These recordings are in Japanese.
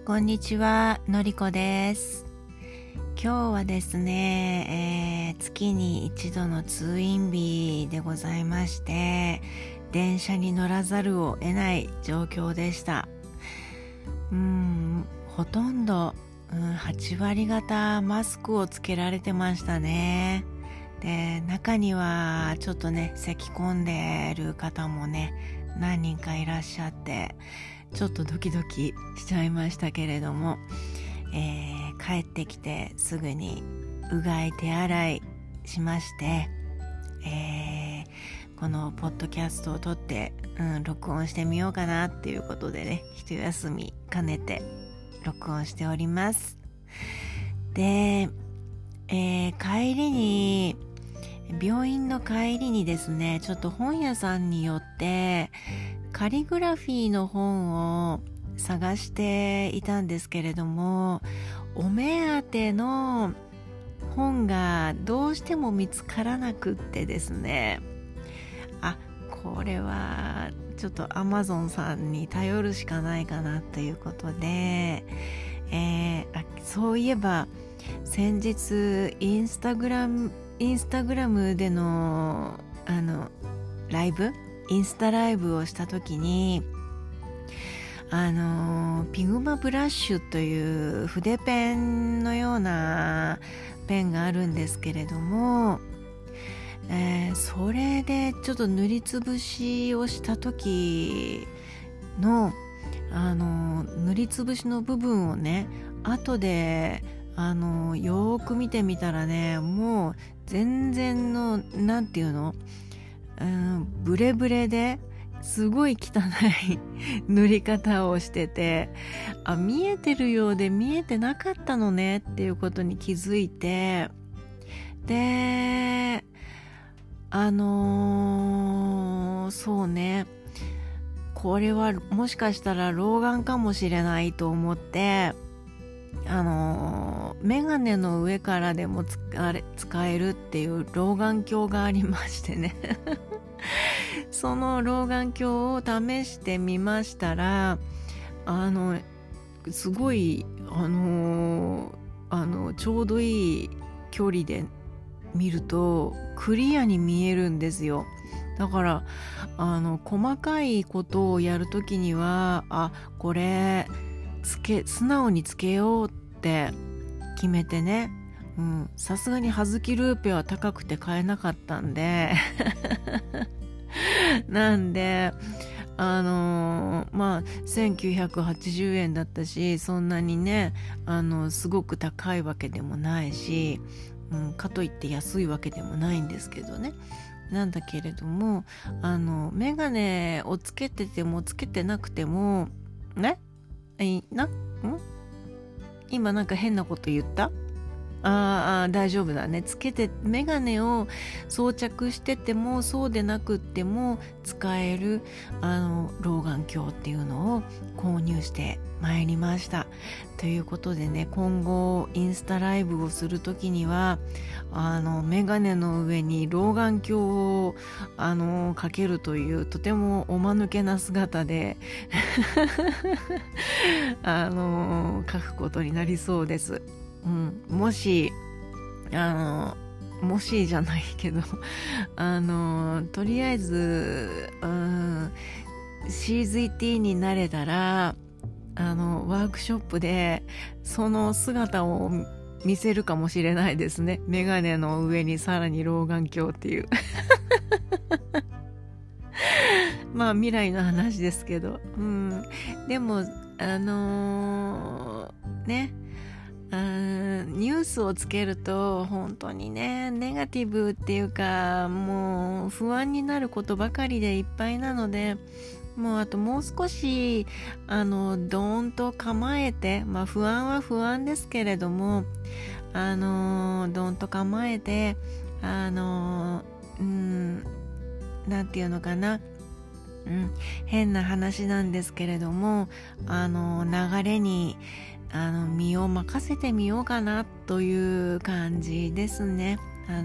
こんにちは、のりこです。今日はですね、月に一度の通院日でございまして、電車に乗らざるを得ない状況でした。ほとんど、8割方マスクをつけられてましたね。で、中にはちょっとね、咳き込んでる方もね、何人かいらっしゃって、ちょっとドキドキしちゃいましたけれども、帰ってきてすぐにうがい手洗いしまして、このポッドキャストを撮って、録音してみようかなっていうことでね、一休み兼ねて録音しております。で、帰りに病院の帰りにですね、ちょっと本屋さんによってカリグラフィーの本を探していたんですけれども、お目当ての本がどうしても見つからなくってですね、これはちょっと Amazon さんに頼るしかないかなということで、そういえば先日インスタグラムでのライブインスタライブをした時にピグマブラッシュという筆ペンのようなペンがあるんですけれども、それでちょっと塗りつぶしをした時の塗りつぶしの部分をね、後でよーく見てみたらね、もう全然のなんていうの、ブレブレですごい汚い塗り方をしてて、見えてるようで見えてなかったのねっていうことに気づいて、でそうね、これはもしかしたら老眼かもしれないと思って、メガネの上からでも使えるっていう老眼鏡がありましてねその老眼鏡を試してみましたら、すごいちょうどいい距離で見るとクリアに見えるんですよ。だから細かいことをやるときにはこれ素直につけようって決めてね、さすがに葉月ルーペは高くて買えなかったんでなんで1980円だったし、そんなにねすごく高いわけでもないし、かといって安いわけでもないんですけどね。なんだけれどもメガネをつけててもつけてなくてもね、今なんか変なこと言った？大丈夫だね。メガネを装着しててもそうでなくっても使える老眼鏡っていうのを購入してまいりました。ということでね、今後インスタライブをするときにはメガネの上に老眼鏡をかけるというとてもおまぬけな姿で書くことになりそうです。もしじゃないけどとりあえずCZT になれたらワークショップでその姿を見せるかもしれないですね。メガネの上にさらに老眼鏡っていう未来の話ですけど、でもね、ニュースをつけると本当にね、ネガティブっていうかもう不安になることばかりでいっぱいなので、もう少しドーンと構えて、不安は不安ですけれどもドーンと構えてなんていうのかな、変な話なんですけれども流れに身を任せてみようかなという感じですね。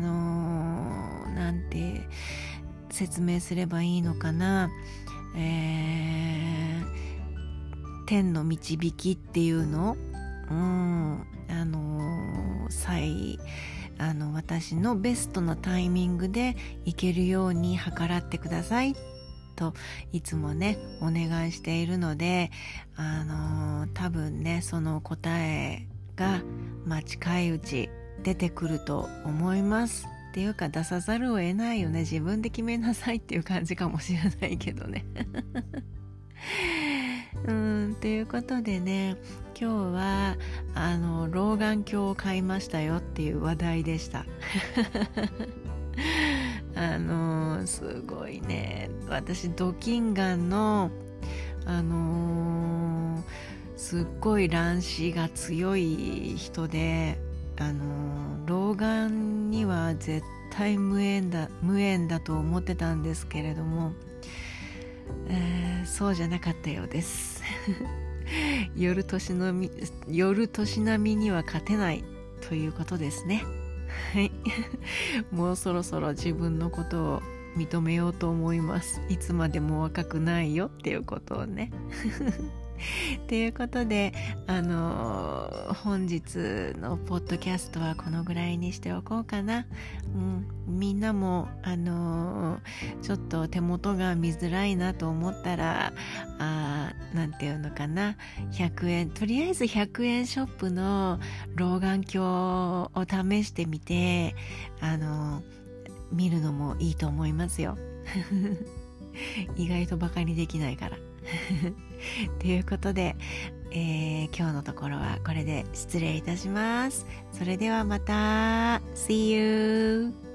なんて説明すればいいのかな、 天の導きっていうの、私のベストなタイミングで行けるように計らってくださいといつもねお願いしているので、多分ねその答えが近いうち出てくると思います。っていうか出さざるを得ないよね。自分で決めなさいっていう感じかもしれないけどねということでね、今日は老眼鏡を買いましたよっていう話題でしたすごいね、私ドキンガンのすっごい乱視が強い人で、老眼には絶対無縁だと思ってたんですけれども、そうじゃなかったようです夜年並みには勝てないということですね。はいもうそろそろ自分のことを認めようと思います。いつまでも若くないよっていうことをねということで本日のポッドキャストはこのぐらいにしておこうかな。みんなもちょっと手元が見づらいなと思ったらなんていうのかな、100円とりあえず100円ショップの老眼鏡を試してみて見るのもいいと思いますよ意外とバカにできないからということで、今日のところはこれで失礼いたします。それではまた See you